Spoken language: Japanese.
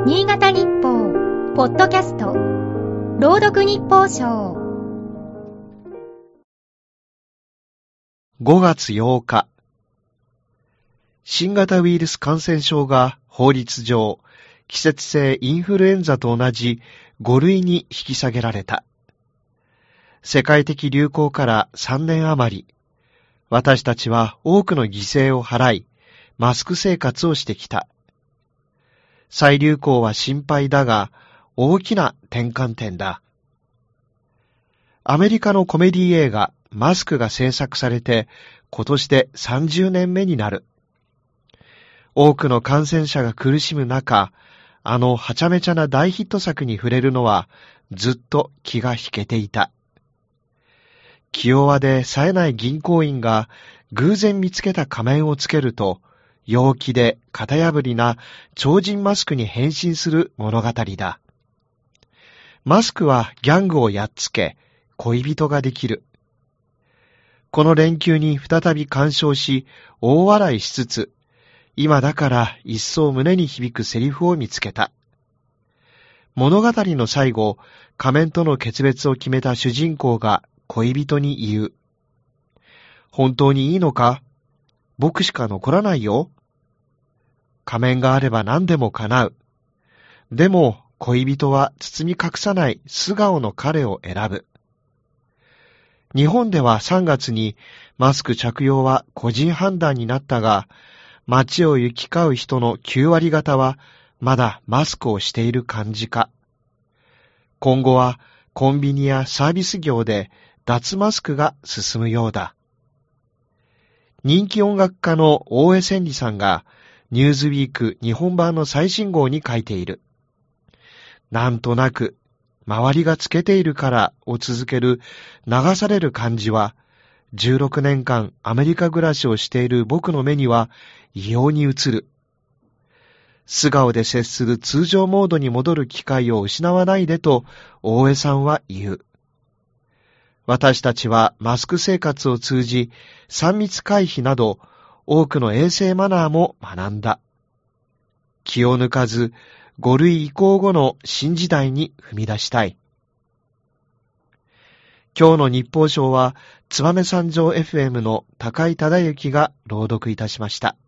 新潟日報ポッドキャスト朗読日報賞 5月8日、新型ウイルス感染症が法律上季節性インフルエンザと同じ5類に引き下げられた。世界的流行から3年余り、私たちは多くの犠牲を払い、マスク生活をしてきた。再流行は心配だが、大きな転換点だ。アメリカのコメディ映画マスクが制作されて今年で30年目になる。多くの感染者が苦しむ中、あのはちゃめちゃな大ヒット作に触れるのはずっと気が引けていた。気弱で冴えない銀行員が偶然見つけた仮面をつけると、陽気で型破りな超人マスクに変身する物語だ。マスクはギャングをやっつけ、恋人ができる。この連休に再び鑑賞し、大笑いしつつ、今だから一層胸に響くセリフを見つけた。物語の最後、仮面との決別を決めた主人公が恋人に言う。本当にいいのか？僕しか残らないよ。仮面があれば何でも叶う。でも恋人は包み隠さない素顔の彼を選ぶ。日本では3月にマスク着用は個人判断になったが、街を行き交う人の9割方はまだマスクをしている感じか。今後はコンビニやサービス業で脱マスクが進むようだ。人気音楽家の大江千里さんがニューズウィーク日本版の最新号に書いている。なんとなく周りがつけているからを続ける流される感じは、16年間アメリカ暮らしをしている僕の目には異様に映る。素顔で接する通常モードに戻る機会を失わないでと大江さんは言う。私たちはマスク生活を通じ、3密回避など多くの衛生マナーも学んだ。気を抜かず、5類移行後の新時代に踏み出したい。今日の日報賞は、燕三条 FM の高井忠之が朗読いたしました。